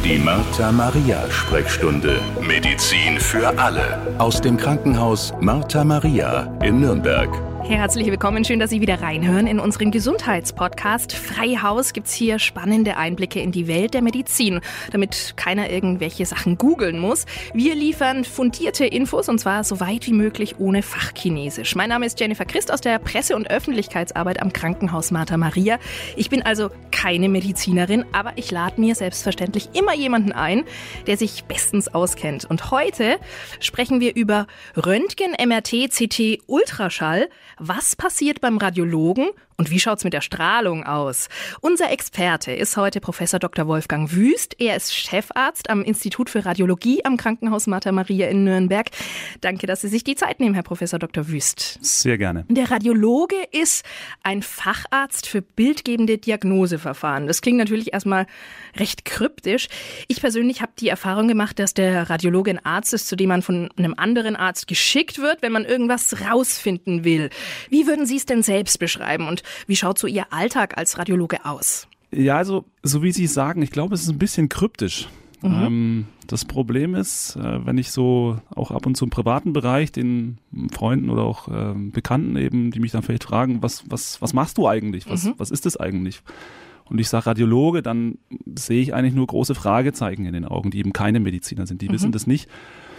Die Martha-Maria-Sprechstunde. Medizin für alle. Aus dem Krankenhaus Martha-Maria in Nürnberg. Herzlich willkommen, schön, dass Sie wieder reinhören in unseren Gesundheitspodcast. Freihaus gibt's hier spannende Einblicke in die Welt der Medizin, damit keiner irgendwelche Sachen googeln muss. Wir liefern fundierte Infos und zwar so weit wie möglich ohne Fachchinesisch. Mein Name ist Jennifer Christ aus der Presse- und Öffentlichkeitsarbeit am Krankenhaus Martha-Maria. Ich bin also keine Medizinerin, aber ich lade mir selbstverständlich immer jemanden ein, der sich bestens auskennt. Und heute sprechen wir über Röntgen, MRT, CT, Ultraschall. Was passiert beim Radiologen und wie schaut's mit der Strahlung aus? Unser Experte ist heute Professor Dr. Wolfgang Wüst. Er ist Chefarzt am Institut für Radiologie am Krankenhaus Martha-Maria in Nürnberg. Danke, dass Sie sich die Zeit nehmen, Herr Professor Dr. Wüst. Sehr gerne. Der Radiologe ist ein Facharzt für bildgebende Diagnoseverfahren. Das klingt natürlich erstmal recht kryptisch. Ich persönlich habe die Erfahrung gemacht, dass der Radiologe ein Arzt ist, zu dem man von einem anderen Arzt geschickt wird, wenn man irgendwas rausfinden will. Wie würden Sie es denn selbst beschreiben und wie schaut so Ihr Alltag als Radiologe aus? Ja, also so wie Sie es sagen, ich glaube, es ist ein bisschen kryptisch. Das Problem ist, wenn ich so auch ab und zu im privaten Bereich den Freunden oder auch Bekannten eben, die mich dann vielleicht fragen, was machst du eigentlich? Was ist das eigentlich? Und ich sage Radiologe, dann sehe ich eigentlich nur große Fragezeichen in den Augen, die eben keine Mediziner sind, die wissen das nicht.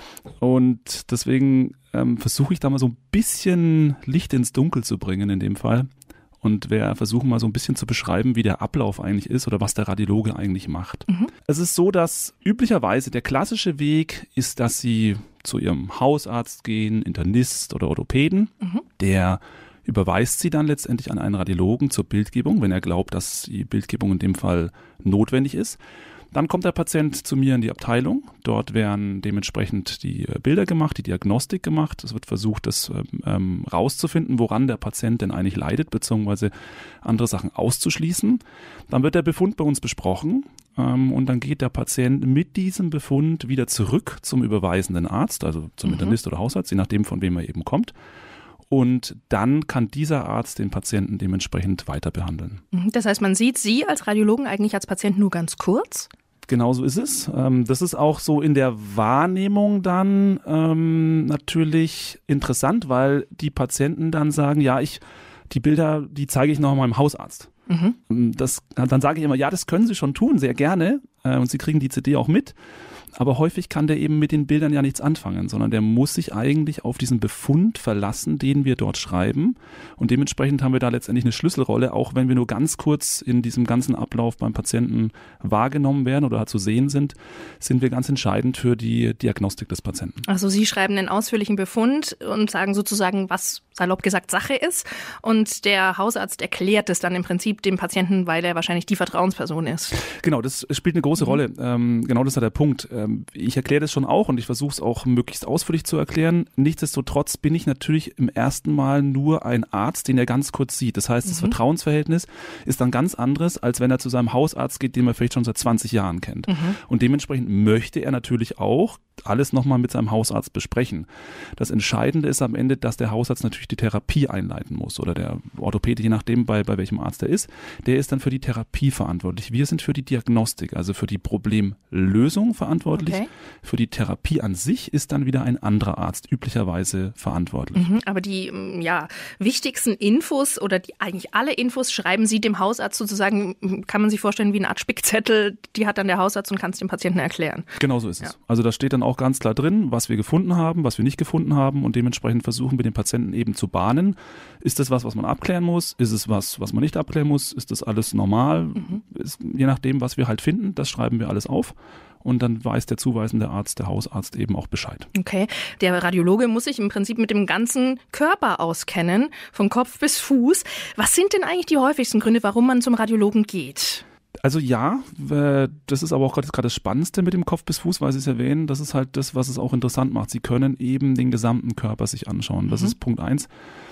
Und deswegen versuche ich da mal so ein bisschen Licht ins Dunkel zu bringen in dem Fall. Und wir versuchen mal so ein bisschen zu beschreiben, wie der Ablauf eigentlich ist oder was der Radiologe eigentlich macht. Es ist so, dass üblicherweise der klassische Weg ist, dass Sie zu Ihrem Hausarzt gehen, Internist oder Orthopäden. Der überweist Sie dann letztendlich an einen Radiologen zur Bildgebung, wenn er glaubt, dass die Bildgebung in dem Fall notwendig ist. Dann kommt der Patient zu mir in die Abteilung. Dort werden dementsprechend die Bilder gemacht, die Diagnostik gemacht. Es wird versucht, das rauszufinden, woran der Patient denn eigentlich leidet, beziehungsweise andere Sachen auszuschließen. Dann wird der Befund bei uns besprochen und dann geht der Patient mit diesem Befund wieder zurück zum überweisenden Arzt, also zum Internist oder Hausarzt, je nachdem, von wem er eben kommt. Und dann kann dieser Arzt den Patienten dementsprechend weiter behandeln. Das heißt, man sieht Sie als Radiologen eigentlich als Patient nur ganz kurz? Genau so ist es. Das ist auch so in der Wahrnehmung dann natürlich interessant, weil die Patienten dann sagen, ja, die Bilder, die zeige ich noch meinem Hausarzt. Dann sage ich immer, ja, das können Sie schon tun, sehr gerne. Und Sie kriegen die CD auch mit. Aber häufig kann der eben mit den Bildern ja nichts anfangen, sondern der muss sich eigentlich auf diesen Befund verlassen, den wir dort schreiben. Und dementsprechend haben wir da letztendlich eine Schlüsselrolle, auch wenn wir nur ganz kurz in diesem ganzen Ablauf beim Patienten wahrgenommen werden oder zu sehen sind wir ganz entscheidend für die Diagnostik des Patienten. Also Sie schreiben einen ausführlichen Befund und sagen sozusagen, was salopp gesagt Sache ist. Und der Hausarzt erklärt es dann im Prinzip dem Patienten, weil er wahrscheinlich die Vertrauensperson ist. Genau, das spielt eine große Rolle. Genau das ist der Punkt. Ich erkläre das schon auch und ich versuche es auch möglichst ausführlich zu erklären. Nichtsdestotrotz bin ich natürlich im ersten Mal nur ein Arzt, den er ganz kurz sieht. Das heißt, das Vertrauensverhältnis ist dann ganz anderes, als wenn er zu seinem Hausarzt geht, den er vielleicht schon seit 20 Jahren kennt. Und dementsprechend möchte er natürlich auch alles nochmal mit seinem Hausarzt besprechen. Das Entscheidende ist am Ende, dass der Hausarzt natürlich die Therapie einleiten muss oder der Orthopäde, je nachdem bei welchem Arzt er ist, der ist dann für die Therapie verantwortlich. Wir sind für die Diagnostik, also für die Problemlösung verantwortlich. Okay. Für die Therapie an sich ist dann wieder ein anderer Arzt üblicherweise verantwortlich. Aber die wichtigsten Infos oder eigentlich alle Infos schreiben Sie dem Hausarzt sozusagen, kann man sich vorstellen wie eine Art Spickzettel, die hat dann der Hausarzt und kann es dem Patienten erklären. Genau so ist es. Also da steht dann auch ganz klar drin, was wir gefunden haben, was wir nicht gefunden haben und dementsprechend versuchen wir den Patienten eben zu bahnen. Ist das was man abklären muss? Ist es was man nicht abklären muss? Ist das alles normal? Je nachdem, was wir halt finden, das schreiben wir alles auf. Und dann weiß der zuweisende Arzt, der Hausarzt eben auch Bescheid. Okay, der Radiologe muss sich im Prinzip mit dem ganzen Körper auskennen, von Kopf bis Fuß. Was sind denn eigentlich die häufigsten Gründe, warum man zum Radiologen geht? Also ja, das ist aber auch gerade das Spannendste mit dem Kopf bis Fuß, weil Sie es erwähnen, das ist halt das, was es auch interessant macht. Sie können eben den gesamten Körper sich anschauen. Das ist Punkt 1.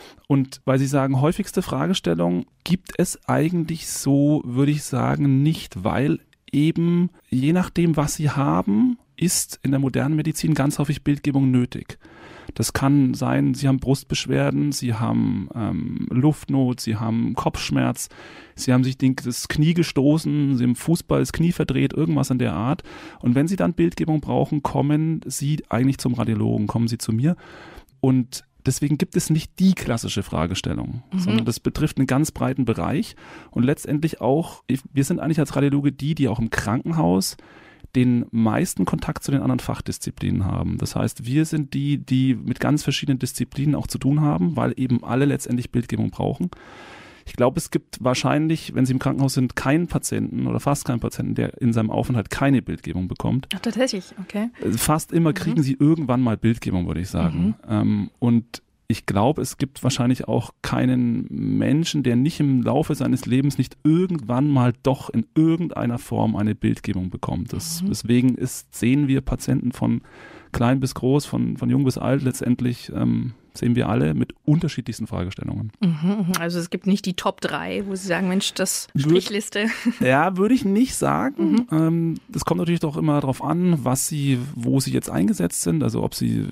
Und weil Sie sagen, häufigste Fragestellung, gibt es eigentlich so, würde ich sagen, nicht, weil eben je nachdem, was Sie haben, ist in der modernen Medizin ganz häufig Bildgebung nötig. Das kann sein, Sie haben Brustbeschwerden, Sie haben Luftnot, Sie haben Kopfschmerz, Sie haben sich das Knie gestoßen, Sie haben Fußball, das Knie verdreht, irgendwas in der Art. Und wenn Sie dann Bildgebung brauchen, kommen Sie eigentlich zum Radiologen, kommen Sie zu mir. Und deswegen gibt es nicht die klassische Fragestellung, sondern das betrifft einen ganz breiten Bereich. Und letztendlich auch, wir sind eigentlich als Radiologe die auch im Krankenhaus den meisten Kontakt zu den anderen Fachdisziplinen haben. Das heißt, wir sind die mit ganz verschiedenen Disziplinen auch zu tun haben, weil eben alle letztendlich Bildgebung brauchen. Ich glaube, es gibt wahrscheinlich, wenn Sie im Krankenhaus sind, keinen Patienten oder fast keinen Patienten, der in seinem Aufenthalt keine Bildgebung bekommt. Ach, tatsächlich, okay. Fast immer kriegen Sie irgendwann mal Bildgebung, würde ich sagen. Und ich glaube, es gibt wahrscheinlich auch keinen Menschen, der nicht im Laufe seines Lebens nicht irgendwann mal doch in irgendeiner Form eine Bildgebung bekommt. Deswegen sehen wir Patienten von klein bis groß, von jung bis alt letztendlich, sehen wir alle mit unterschiedlichsten Fragestellungen. Also es gibt nicht die Top 3, wo Sie sagen, Mensch, das Strichliste. Ja, würde ich nicht sagen. Das kommt natürlich doch immer darauf an, wo Sie jetzt eingesetzt sind, also ob Sie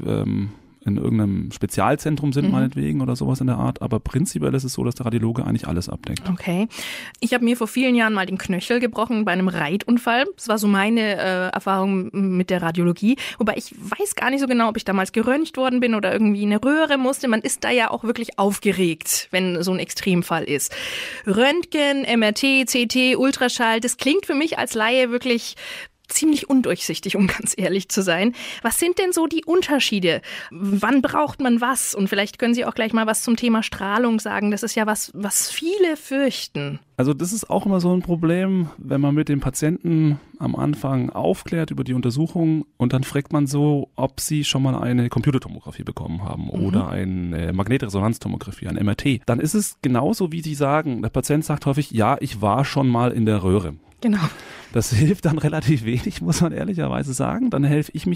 in irgendeinem Spezialzentrum sind, meinetwegen, oder sowas in der Art. Aber prinzipiell ist es so, dass der Radiologe eigentlich alles abdeckt. Okay. Ich habe mir vor vielen Jahren mal den Knöchel gebrochen bei einem Reitunfall. Das war so meine Erfahrung mit der Radiologie. Wobei ich weiß gar nicht so genau, ob ich damals geröntgt worden bin oder irgendwie eine Röhre musste. Man ist da ja auch wirklich aufgeregt, wenn so ein Extremfall ist. Röntgen, MRT, CT, Ultraschall, das klingt für mich als Laie wirklich ziemlich undurchsichtig, um ganz ehrlich zu sein. Was sind denn so die Unterschiede? Wann braucht man was? Und vielleicht können Sie auch gleich mal was zum Thema Strahlung sagen. Das ist ja was viele fürchten. Also das ist auch immer so ein Problem, wenn man mit dem Patienten am Anfang aufklärt über die Untersuchung und dann fragt man so, ob sie schon mal eine Computertomographie bekommen haben oder eine Magnetresonanztomographie, ein MRT. Dann ist es genauso, wie Sie sagen. Der Patient sagt häufig, ja, ich war schon mal in der Röhre. Genau. Das hilft dann relativ wenig, muss man ehrlicherweise sagen. Dann helfe ich mir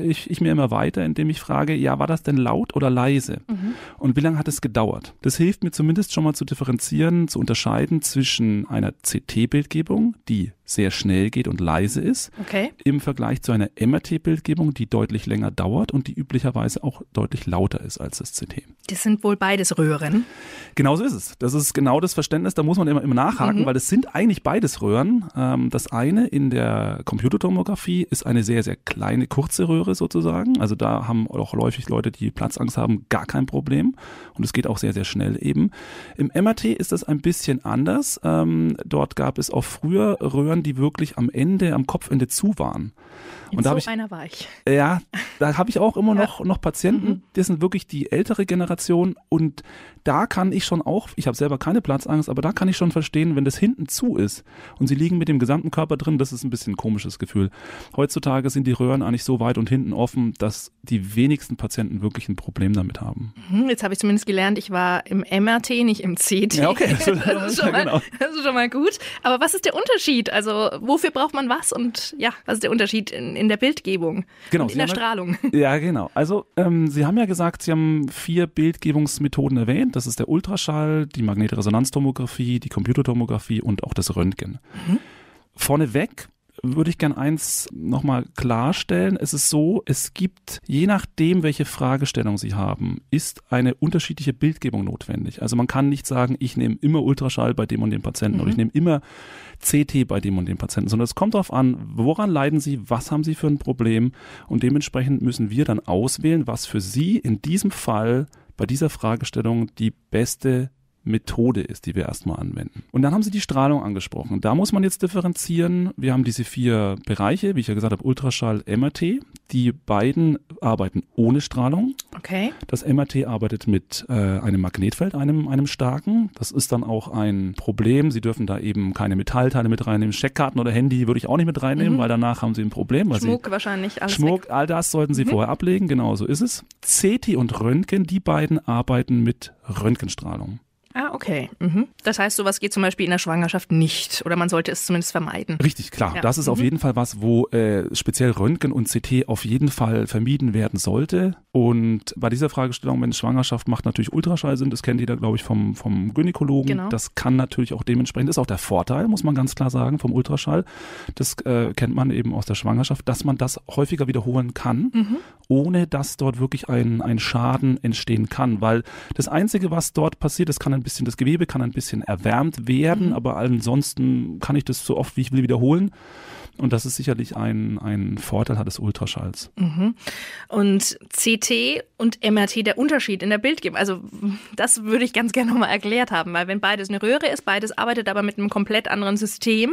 immer weiter, indem ich frage, ja, war das denn laut oder leise? Und wie lange hat es gedauert? Das hilft mir zumindest schon mal zu differenzieren, zu unterscheiden zwischen einer CT-Bildgebung, die sehr schnell geht und leise ist, im Vergleich zu einer MRT-Bildgebung, die deutlich länger dauert und die üblicherweise auch deutlich lauter ist als das CT. Das sind wohl beides Röhren. Genau so ist es. Das ist genau das Verständnis, da muss man immer nachhaken, weil das sind eigentlich beides Röhren. Das eine in der Computertomographie ist eine sehr, sehr kleine, kurze Röhre sozusagen. Also da haben auch häufig Leute, die Platzangst haben, gar kein Problem. Und es geht auch sehr, sehr schnell eben. Im MRT ist das ein bisschen anders. Dort gab es auch früher Röhren, die wirklich am Kopfende zu waren. Und da einer war ich. Ja, da habe ich auch immer noch Patienten, das sind wirklich die ältere Generation und da kann ich schon auch, ich habe selber keine Platzangst, aber da kann ich schon verstehen, wenn das hinten zu ist und sie liegen mit dem gesamten Körper drin, das ist ein bisschen ein komisches Gefühl. Heutzutage sind die Röhren eigentlich so weit und hinten offen, dass die wenigsten Patienten wirklich ein Problem damit haben. Jetzt habe ich zumindest gelernt, ich war im MRT, nicht im CT. Ja, okay. Das ist schon mal gut. Aber was ist der Unterschied? Also wofür braucht man was und ja, was ist der Unterschied in der Bildgebung und in der Strahlung? Ja, genau. Also Sie haben ja gesagt, Sie haben 4 Bildgebungsmethoden erwähnt. Das ist der Ultraschall, die Magnetresonanztomographie, die Computertomographie und auch das Röntgen. Vorneweg würde ich gern eins nochmal klarstellen. Es ist so, es gibt, je nachdem, welche Fragestellung Sie haben, ist eine unterschiedliche Bildgebung notwendig. Also man kann nicht sagen, ich nehme immer Ultraschall bei dem und dem Patienten oder ich nehme immer CT bei dem und dem Patienten, sondern es kommt darauf an, woran leiden Sie, was haben Sie für ein Problem und dementsprechend müssen wir dann auswählen, was für Sie in diesem Fall bei dieser Fragestellung die beste Methode ist, die wir erstmal anwenden. Und dann haben Sie die Strahlung angesprochen. Da muss man jetzt differenzieren. Wir haben diese 4 Bereiche, wie ich ja gesagt habe, Ultraschall, MRT. Die beiden arbeiten ohne Strahlung. Okay. Das MRT arbeitet mit einem Magnetfeld, einem starken. Das ist dann auch ein Problem. Sie dürfen da eben keine Metallteile mit reinnehmen. Scheckkarten oder Handy würde ich auch nicht mit reinnehmen, weil danach haben Sie ein Problem. Schmuck wahrscheinlich, alles Schmuck, weg. All das sollten Sie vorher ablegen. Genau so ist es. CT und Röntgen, die beiden arbeiten mit Röntgenstrahlung. Ah, okay. Das heißt, sowas geht zum Beispiel in der Schwangerschaft nicht oder man sollte es zumindest vermeiden. Richtig, klar. Ja. Das ist auf jeden Fall was, wo speziell Röntgen und CT auf jeden Fall vermieden werden sollte. Und bei dieser Fragestellung, wenn es Schwangerschaft macht, natürlich Ultraschall sind, das kennt jeder, glaube ich, vom Gynäkologen. Genau. Das kann natürlich auch dementsprechend, ist auch der Vorteil, muss man ganz klar sagen, vom Ultraschall. Das kennt man eben aus der Schwangerschaft, dass man das häufiger wiederholen kann, ohne dass dort wirklich ein Schaden entstehen kann. Weil das Einzige, was dort passiert, das Gewebe kann ein bisschen erwärmt werden, aber ansonsten kann ich das so oft, wie ich will, wiederholen. Und das ist sicherlich ein Vorteil des Ultraschalls. Und CT und MRT, der Unterschied in der Bildgebung, also das würde ich ganz gerne nochmal erklärt haben, weil wenn beides eine Röhre ist, beides arbeitet aber mit einem komplett anderen System,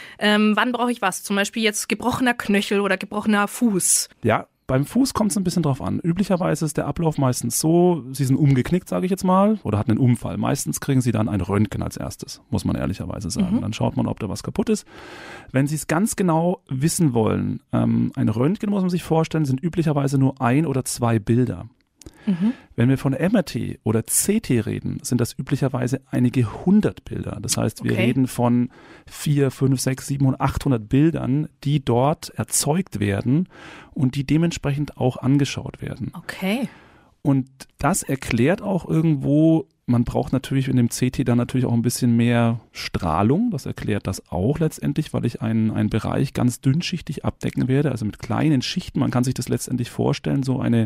wann brauche ich was? Zum Beispiel jetzt gebrochener Knöchel oder gebrochener Fuß. Ja. Beim Fuß kommt es ein bisschen drauf an. Üblicherweise ist der Ablauf meistens so, sie sind umgeknickt, sage ich jetzt mal, oder hatten einen Unfall. Meistens kriegen sie dann ein Röntgen als erstes, muss man ehrlicherweise sagen. Dann schaut man, ob da was kaputt ist. Wenn Sie es ganz genau wissen wollen, ein Röntgen, muss man sich vorstellen, sind üblicherweise nur 1 oder 2 Bilder. Wenn wir von MRT oder CT reden, sind das üblicherweise einige 100 Bilder. Das heißt, wir reden von 4, 5, 6, 700, 800 Bildern, die dort erzeugt werden und die dementsprechend auch angeschaut werden. Okay. Und das erklärt auch irgendwo, man braucht natürlich in dem CT dann natürlich auch ein bisschen mehr Strahlung. Das erklärt das auch letztendlich, weil ich einen Bereich ganz dünnschichtig abdecken werde, also mit kleinen Schichten. Man kann sich das letztendlich vorstellen, so eine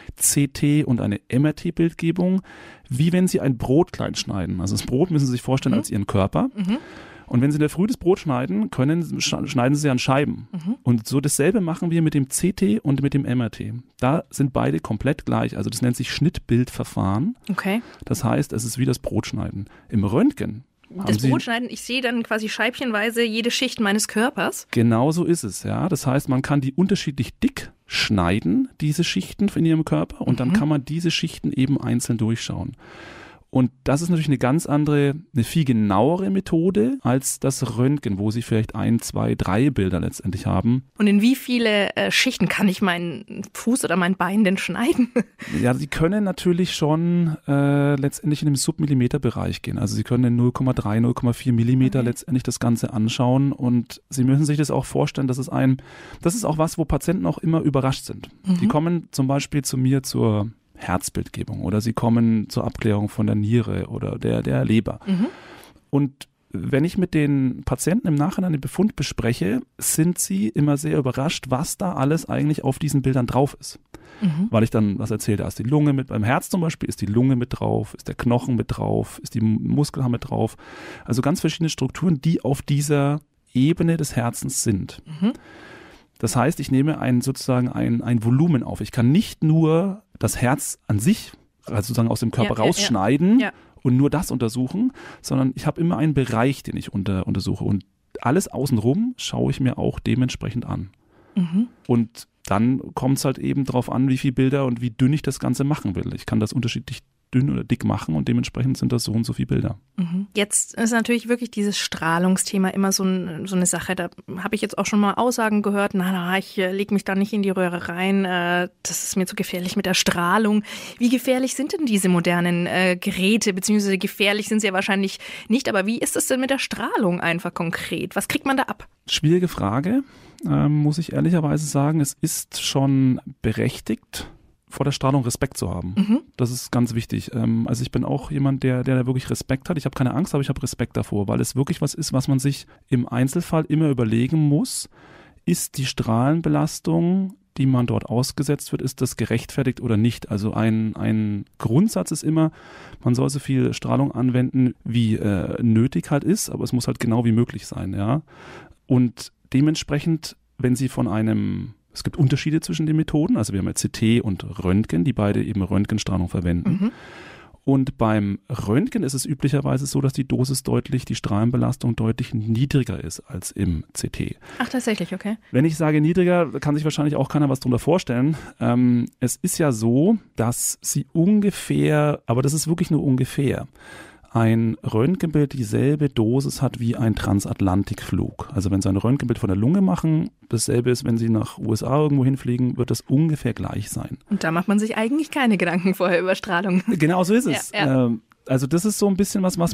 CT- und eine MRT-Bildgebung, wie wenn Sie ein Brot klein schneiden. Also das Brot müssen Sie sich vorstellen als Ihren Körper. Und wenn Sie in der Früh das Brot schneiden, schneiden Sie an Scheiben. Und so dasselbe machen wir mit dem CT und mit dem MRT. Da sind beide komplett gleich. Also das nennt sich Schnittbildverfahren. Okay. Das heißt, es ist wie das Brotschneiden. Im Röntgen das Brotschneiden, ich sehe dann quasi scheibchenweise jede Schicht meines Körpers. Genau so ist es, ja. Das heißt, man kann die unterschiedlich dick schneiden, diese Schichten in Ihrem Körper. Und dann kann man diese Schichten eben einzeln durchschauen. Und das ist natürlich eine viel genauere Methode als das Röntgen, wo Sie vielleicht 1, 2, 3 Bilder letztendlich haben. Und in wie viele Schichten kann ich meinen Fuß oder mein Bein denn schneiden? Ja, Sie können natürlich schon letztendlich in dem Submillimeterbereich gehen. Also Sie können in 0,3, 0,4 Millimeter letztendlich das Ganze anschauen. Und Sie müssen sich das auch vorstellen, das ist auch was, wo Patienten auch immer überrascht sind. Die kommen zum Beispiel zu mir zur Herzbildgebung oder sie kommen zur Abklärung von der Niere oder der Leber. Und wenn ich mit den Patienten im Nachhinein den Befund bespreche, sind sie immer sehr überrascht, was da alles eigentlich auf diesen Bildern drauf ist. Weil ich dann was erzähle, da ist die Lunge mit, beim Herz zum Beispiel ist die Lunge mit drauf, ist der Knochen mit drauf, ist die Muskelhaar mit drauf. Also ganz verschiedene Strukturen, die auf dieser Ebene des Herzens sind. Das heißt, ich nehme ein Volumen auf. Ich kann nicht nur das Herz an sich, also sozusagen aus dem Körper rausschneiden und nur das untersuchen, sondern ich habe immer einen Bereich, den ich untersuche. Und alles außenrum schaue ich mir auch dementsprechend an. Und dann kommt es halt eben darauf an, wie viele Bilder und wie dünn ich das Ganze machen will. Ich kann das unterschiedlich dünn oder dick machen und dementsprechend sind das so und so viele Bilder. Jetzt ist natürlich wirklich dieses Strahlungsthema immer so eine Sache. Da habe ich jetzt auch schon mal Aussagen gehört, ich lege mich da nicht in die Röhre rein, das ist mir zu gefährlich mit der Strahlung. Wie gefährlich sind denn diese modernen Geräte, beziehungsweise gefährlich sind sie ja wahrscheinlich nicht, aber wie ist es denn mit der Strahlung einfach konkret? Was kriegt man da ab? Schwierige Frage, muss ich ehrlicherweise sagen. Es ist schon berechtigt, vor der Strahlung Respekt zu haben. Das ist ganz wichtig. Also ich bin auch jemand, der da wirklich Respekt hat. Ich habe keine Angst, aber ich habe Respekt davor, weil es wirklich was ist, was man sich im Einzelfall immer überlegen muss. Ist die Strahlenbelastung, die man dort ausgesetzt wird, ist das gerechtfertigt oder nicht? Also ein Grundsatz ist immer, man soll so viel Strahlung anwenden, wie nötig halt ist, aber es muss halt genau wie möglich sein, ja. Und dementsprechend, wenn Sie es gibt Unterschiede zwischen den Methoden, also wir haben ja CT und Röntgen, die beide eben Röntgenstrahlung verwenden. Und beim Röntgen ist es üblicherweise so, dass die Strahlenbelastung deutlich niedriger ist als im CT. Ach, tatsächlich, okay. Wenn ich sage niedriger, kann sich wahrscheinlich auch keiner was drunter vorstellen. Es ist ja so, dass Sie ungefähr, aber das ist wirklich nur ungefähr, ein Röntgenbild dieselbe Dosis hat wie ein Transatlantikflug. Also wenn Sie ein Röntgenbild von der Lunge machen, dasselbe ist, wenn Sie nach USA irgendwo hinfliegen, wird das ungefähr gleich sein. Und da macht man sich eigentlich keine Gedanken vorher über Strahlung. Genau so ist es. Also das ist so ein bisschen was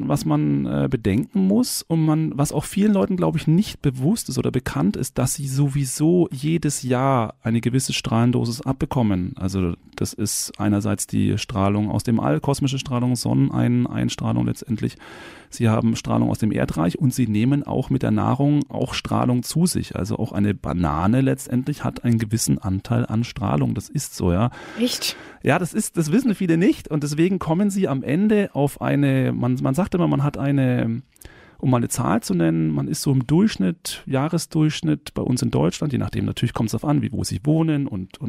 man bedenken muss und was auch vielen Leuten, glaube ich, nicht bewusst ist oder bekannt ist, dass sie sowieso jedes Jahr eine gewisse Strahlendosis abbekommen. Also das ist einerseits die Strahlung aus dem All, kosmische Strahlung, Sonneneinstrahlung letztendlich. Sie haben Strahlung aus dem Erdreich und sie nehmen auch mit der Nahrung auch Strahlung zu sich. Also auch eine Banane letztendlich hat einen gewissen Anteil an Strahlung. Das ist so, ja. Echt? Ja, das wissen viele nicht und deswegen kommen sie am Ende auf man sagt immer, man hat um mal eine Zahl zu nennen, man ist so im Durchschnitt, Jahresdurchschnitt bei uns in Deutschland, je nachdem, natürlich kommt es darauf an, wo sie wohnen und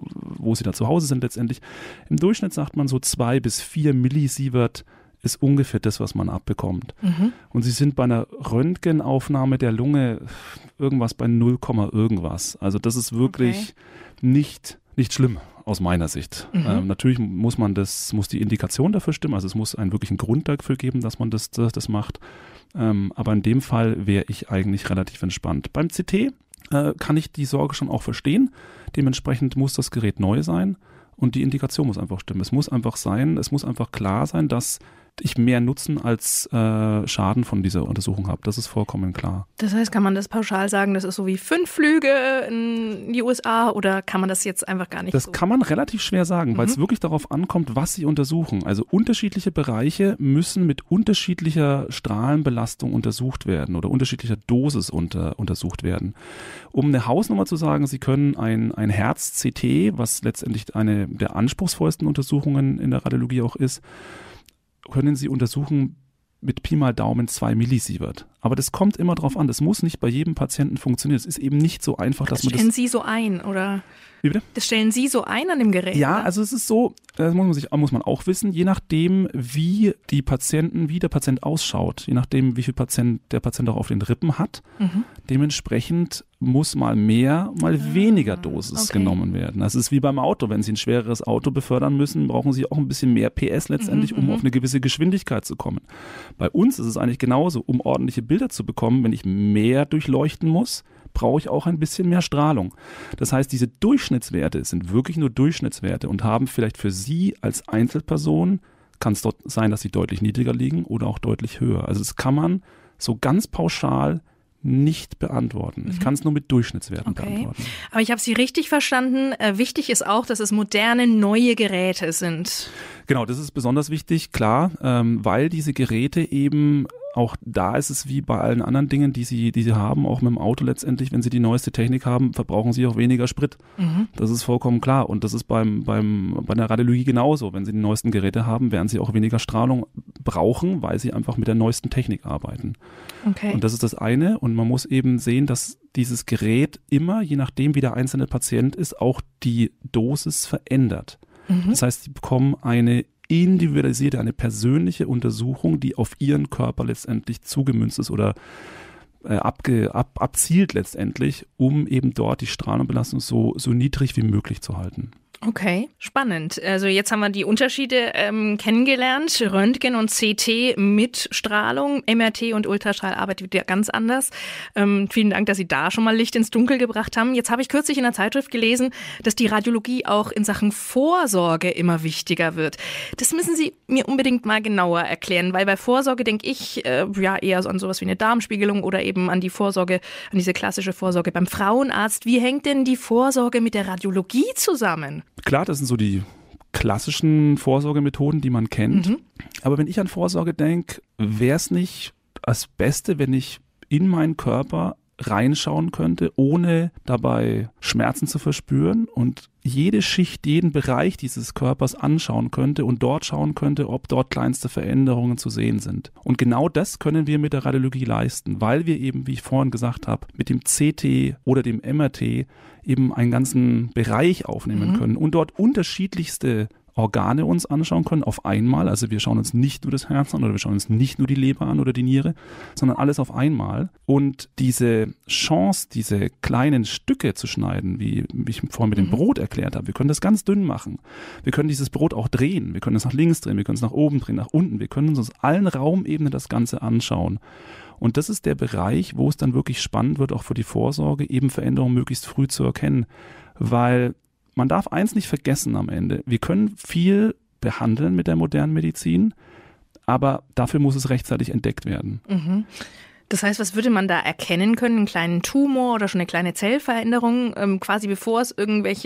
wo sie da zu Hause sind letztendlich. Im Durchschnitt sagt man so 2 bis 4 Millisievert ist ungefähr das, was man abbekommt. Mhm. Und sie sind bei einer Röntgenaufnahme der Lunge irgendwas bei 0, irgendwas. Also das ist wirklich nicht schlimm aus meiner Sicht. Mhm. Natürlich muss die Indikation dafür stimmen, also es muss einen wirklichen Grund dafür geben, dass man das macht. Aber in dem Fall wäre ich eigentlich relativ entspannt. Beim CT kann ich die Sorge schon auch verstehen. Dementsprechend muss das Gerät neu sein und die Indikation muss einfach stimmen. Es muss einfach klar sein, dass ich mehr Nutzen als Schaden von dieser Untersuchung habe. Das ist vollkommen klar. Das heißt, kann man das pauschal sagen, das ist so wie 5 Flüge in die USA oder kann man das jetzt einfach gar nicht Das kann man relativ schwer sagen, weil es wirklich darauf ankommt, was sie untersuchen. Also unterschiedliche Bereiche müssen mit unterschiedlicher Strahlenbelastung untersucht werden oder unterschiedlicher Dosis untersucht werden. Um eine Hausnummer zu sagen, Sie können ein Herz-CT, was letztendlich eine der anspruchsvollsten Untersuchungen in der Radiologie auch ist, können Sie untersuchen mit Pi mal Daumen 2 Millisievert. Aber das kommt immer drauf an. Das muss nicht bei jedem Patienten funktionieren. Es ist eben nicht so einfach, dass man das... Das stellen Sie so ein, oder? Wie bitte? Das stellen Sie so ein an dem Gerät? Ja, oder? Also es ist so, das muss man auch wissen, je nachdem, wie der Patient ausschaut, je nachdem, wie viel der Patient auch auf den Rippen hat, dementsprechend muss mal mehr, mal weniger Dosis genommen werden. Das ist wie beim Auto. Wenn Sie ein schwereres Auto befördern müssen, brauchen Sie auch ein bisschen mehr PS letztendlich, um auf eine gewisse Geschwindigkeit zu kommen. Bei uns ist es eigentlich genauso, um ordentliche Bilder zu bekommen, wenn ich mehr durchleuchten muss, brauche ich auch ein bisschen mehr Strahlung. Das heißt, diese Durchschnittswerte sind wirklich nur Durchschnittswerte und haben vielleicht für Sie als Einzelperson, kann es dort sein, dass sie deutlich niedriger liegen oder auch deutlich höher. Also das kann man so ganz pauschal nicht beantworten. Ich kann es nur mit Durchschnittswerten beantworten. Aber ich habe Sie richtig verstanden. Wichtig ist auch, dass es moderne, neue Geräte sind. Genau, das ist besonders wichtig, klar, weil diese Geräte eben, auch da ist es wie bei allen anderen Dingen, die sie haben, auch mit dem Auto letztendlich, wenn sie die neueste Technik haben, verbrauchen sie auch weniger Sprit. Das ist vollkommen klar und das ist bei der Radiologie genauso. Wenn sie die neuesten Geräte haben, werden sie auch weniger Strahlung brauchen, weil sie einfach mit der neuesten Technik arbeiten. Okay. Und das ist das eine und man muss eben sehen, dass dieses Gerät immer, je nachdem wie der einzelne Patient ist, auch die Dosis verändert. Das heißt, sie bekommen eine individualisierte, eine persönliche Untersuchung, die auf ihren Körper letztendlich zugemünzt ist oder abzielt letztendlich, um eben dort die Strahlenbelastung so niedrig wie möglich zu halten. Okay, spannend. Also jetzt haben wir die Unterschiede kennengelernt. Röntgen und CT mit Strahlung, MRT und Ultraschall arbeitet wieder ganz anders. Vielen Dank, dass Sie da schon mal Licht ins Dunkel gebracht haben. Jetzt habe ich kürzlich in der Zeitschrift gelesen, dass die Radiologie auch in Sachen Vorsorge immer wichtiger wird. Das müssen Sie mir unbedingt mal genauer erklären, weil bei Vorsorge denke ich eher so an sowas wie eine Darmspiegelung oder eben an die Vorsorge, an diese klassische Vorsorge beim Frauenarzt. Wie hängt denn die Vorsorge mit der Radiologie zusammen? Klar, das sind so die klassischen Vorsorgemethoden, die man kennt. Aber wenn ich an Vorsorge denke, wäre es nicht das Beste, wenn ich in meinen Körper reinschauen könnte, ohne dabei Schmerzen zu verspüren und jede Schicht, jeden Bereich dieses Körpers anschauen könnte und dort schauen könnte, ob dort kleinste Veränderungen zu sehen sind. Und genau das können wir mit der Radiologie leisten, weil wir eben, wie ich vorhin gesagt habe, mit dem CT oder dem MRT eben einen ganzen Bereich aufnehmen können und dort unterschiedlichste Organe uns anschauen können auf einmal. Also wir schauen uns nicht nur das Herz an oder wir schauen uns nicht nur die Leber an oder die Niere, sondern alles auf einmal. Und diese Chance, diese kleinen Stücke zu schneiden, wie ich vorhin mit dem Brot erklärt habe, wir können das ganz dünn machen. Wir können dieses Brot auch drehen. Wir können es nach links drehen, wir können es nach oben drehen, nach unten. Wir können uns aus allen Raumebenen das Ganze anschauen. Und das ist der Bereich, wo es dann wirklich spannend wird, auch für die Vorsorge, eben Veränderungen möglichst früh zu erkennen. Weil man darf eins nicht vergessen am Ende. Wir können viel behandeln mit der modernen Medizin. aber dafür muss es rechtzeitig entdeckt werden. Mhm. Das heißt, was würde man da erkennen können? Einen kleinen Tumor oder schon eine kleine Zellveränderung, quasi bevor es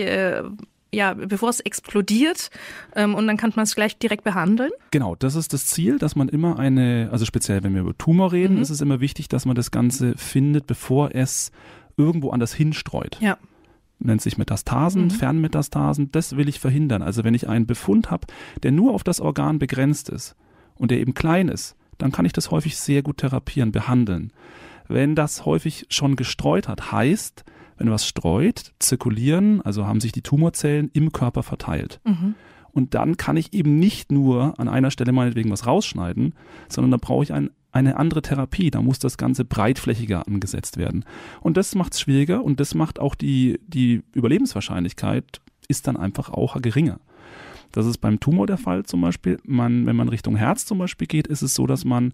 bevor es explodiert, und dann kann man es gleich direkt behandeln? Genau, das ist das Ziel, dass man immer also speziell wenn wir über Tumor reden, ist es immer wichtig, dass man das Ganze findet, bevor es irgendwo anders hinstreut. Ja. Nennt sich Metastasen, Fernmetastasen, das will ich verhindern. Also wenn ich einen Befund habe, der nur auf das Organ begrenzt ist und der eben klein ist, dann kann ich das häufig sehr gut therapieren, behandeln. Wenn das häufig schon gestreut hat, heißt, wenn was streut, zirkulieren, also haben sich die Tumorzellen im Körper verteilt. Und dann kann ich eben nicht nur an einer Stelle meinetwegen was rausschneiden, sondern da brauche ich eine andere Therapie. Da muss das Ganze breitflächiger angesetzt werden. Und das macht es schwieriger und das macht auch die Überlebenswahrscheinlichkeit ist dann einfach auch geringer. Das ist beim Tumor der Fall zum Beispiel. Wenn man Richtung Herz zum Beispiel geht, ist es so, dass man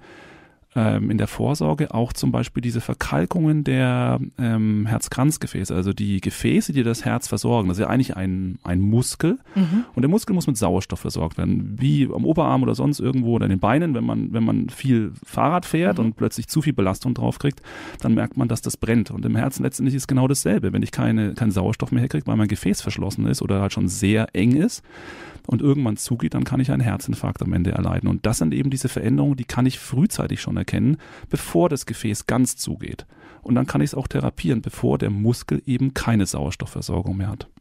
in der Vorsorge auch zum Beispiel diese Verkalkungen der Herzkranzgefäße, also die Gefäße, die das Herz versorgen, das ist ja eigentlich ein Muskel und der Muskel muss mit Sauerstoff versorgt werden, wie am Oberarm oder sonst irgendwo oder in den Beinen, wenn man viel Fahrrad fährt und plötzlich zu viel Belastung drauf kriegt, dann merkt man, dass das brennt und im Herzen letztendlich ist genau dasselbe, wenn ich keinen Sauerstoff mehr herkriege, weil mein Gefäß verschlossen ist oder halt schon sehr eng ist, und irgendwann zugeht, dann kann ich einen Herzinfarkt am Ende erleiden. Und das sind eben diese Veränderungen, die kann ich frühzeitig schon erkennen, bevor das Gefäß ganz zugeht. Und dann kann ich es auch therapieren, bevor der Muskel eben keine Sauerstoffversorgung mehr hat.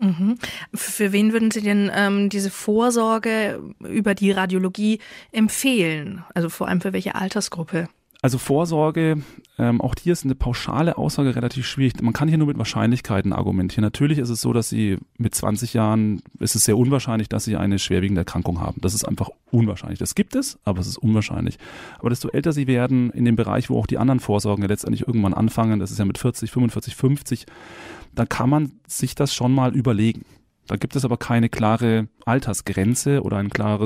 Für wen würden Sie denn diese Vorsorge über die Radiologie empfehlen? Also vor allem für welche Altersgruppe? Also Vorsorge, auch hier ist eine pauschale Aussage relativ schwierig. Man kann hier nur mit Wahrscheinlichkeiten argumentieren. Natürlich ist es so, dass Sie mit 20 Jahren, ist es sehr unwahrscheinlich, dass Sie eine schwerwiegende Erkrankung haben. Das ist einfach unwahrscheinlich. Das gibt es, aber es ist unwahrscheinlich. Aber desto älter Sie werden, in dem Bereich, wo auch die anderen Vorsorgen ja letztendlich irgendwann anfangen, das ist ja mit 40, 45, 50, da kann man sich das schon mal überlegen. Da gibt es aber keine klare Altersgrenze oder eine klare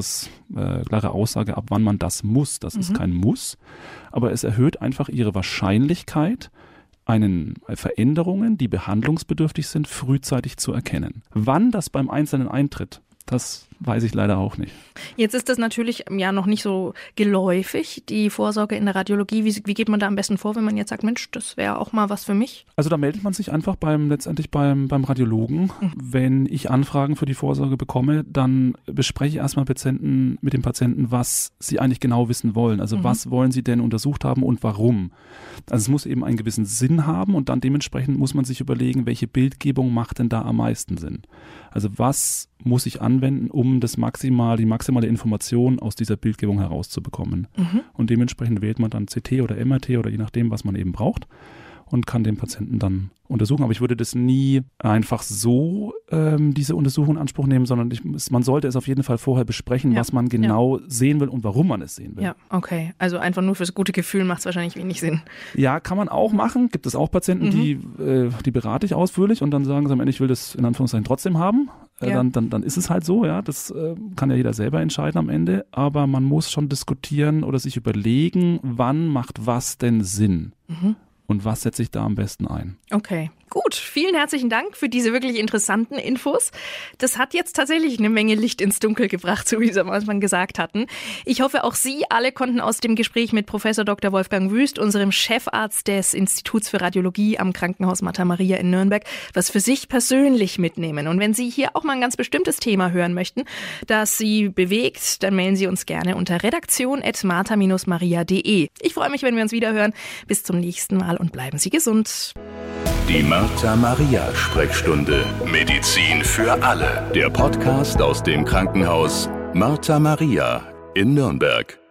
Aussage, ab wann man das muss. Das ist kein Muss, aber es erhöht einfach ihre Wahrscheinlichkeit, Veränderungen, die behandlungsbedürftig sind, frühzeitig zu erkennen. Wann das beim Einzelnen eintritt, das weiß ich leider auch nicht. Jetzt ist das natürlich ja noch nicht so geläufig, die Vorsorge in der Radiologie. Wie geht man da am besten vor, wenn man jetzt sagt, Mensch, das wäre auch mal was für mich? Also da meldet man sich einfach letztendlich beim Radiologen. Wenn ich Anfragen für die Vorsorge bekomme, dann bespreche ich erstmal mit dem Patienten, was sie eigentlich genau wissen wollen. Also was wollen sie denn untersucht haben und warum? Also es muss eben einen gewissen Sinn haben und dann dementsprechend muss man sich überlegen, welche Bildgebung macht denn da am meisten Sinn? Also was muss ich anwenden, um die maximale Information aus dieser Bildgebung herauszubekommen? Und dementsprechend wählt man dann CT oder MRT oder je nachdem, was man eben braucht und kann den Patienten dann untersuchen. Aber ich würde das nie einfach so diese Untersuchung in Anspruch nehmen, sondern man sollte es auf jeden Fall vorher besprechen, was man genau sehen will und warum man es sehen will. Ja, okay. Also einfach nur fürs gute Gefühl macht es wahrscheinlich wenig Sinn. Ja, kann man auch machen. Gibt es auch Patienten, die berate ich ausführlich und dann sagen sie am Ende, ich will das in Anführungszeichen trotzdem haben. Dann ist es halt so, ja. Das kann ja jeder selber entscheiden am Ende. Aber man muss schon diskutieren oder sich überlegen, wann macht was denn Sinn? Und was setze ich da am besten ein? Okay, gut. Vielen herzlichen Dank für diese wirklich interessanten Infos. Das hat jetzt tatsächlich eine Menge Licht ins Dunkel gebracht, so wie Sie am Anfang gesagt hatten. Ich hoffe, auch Sie alle konnten aus dem Gespräch mit Professor Dr. Wolfgang Wüst, unserem Chefarzt des Instituts für Radiologie am Krankenhaus Martha Maria in Nürnberg, was für sich persönlich mitnehmen. Und wenn Sie hier auch mal ein ganz bestimmtes Thema hören möchten, das Sie bewegt, dann mailen Sie uns gerne unter redaktion@martha-maria.de. Ich freue mich, wenn wir uns wieder hören. Bis zum nächsten Mal und bleiben Sie gesund. Die Martha Maria Sprechstunde. Medizin für alle. Der Podcast aus dem Krankenhaus Martha Maria in Nürnberg.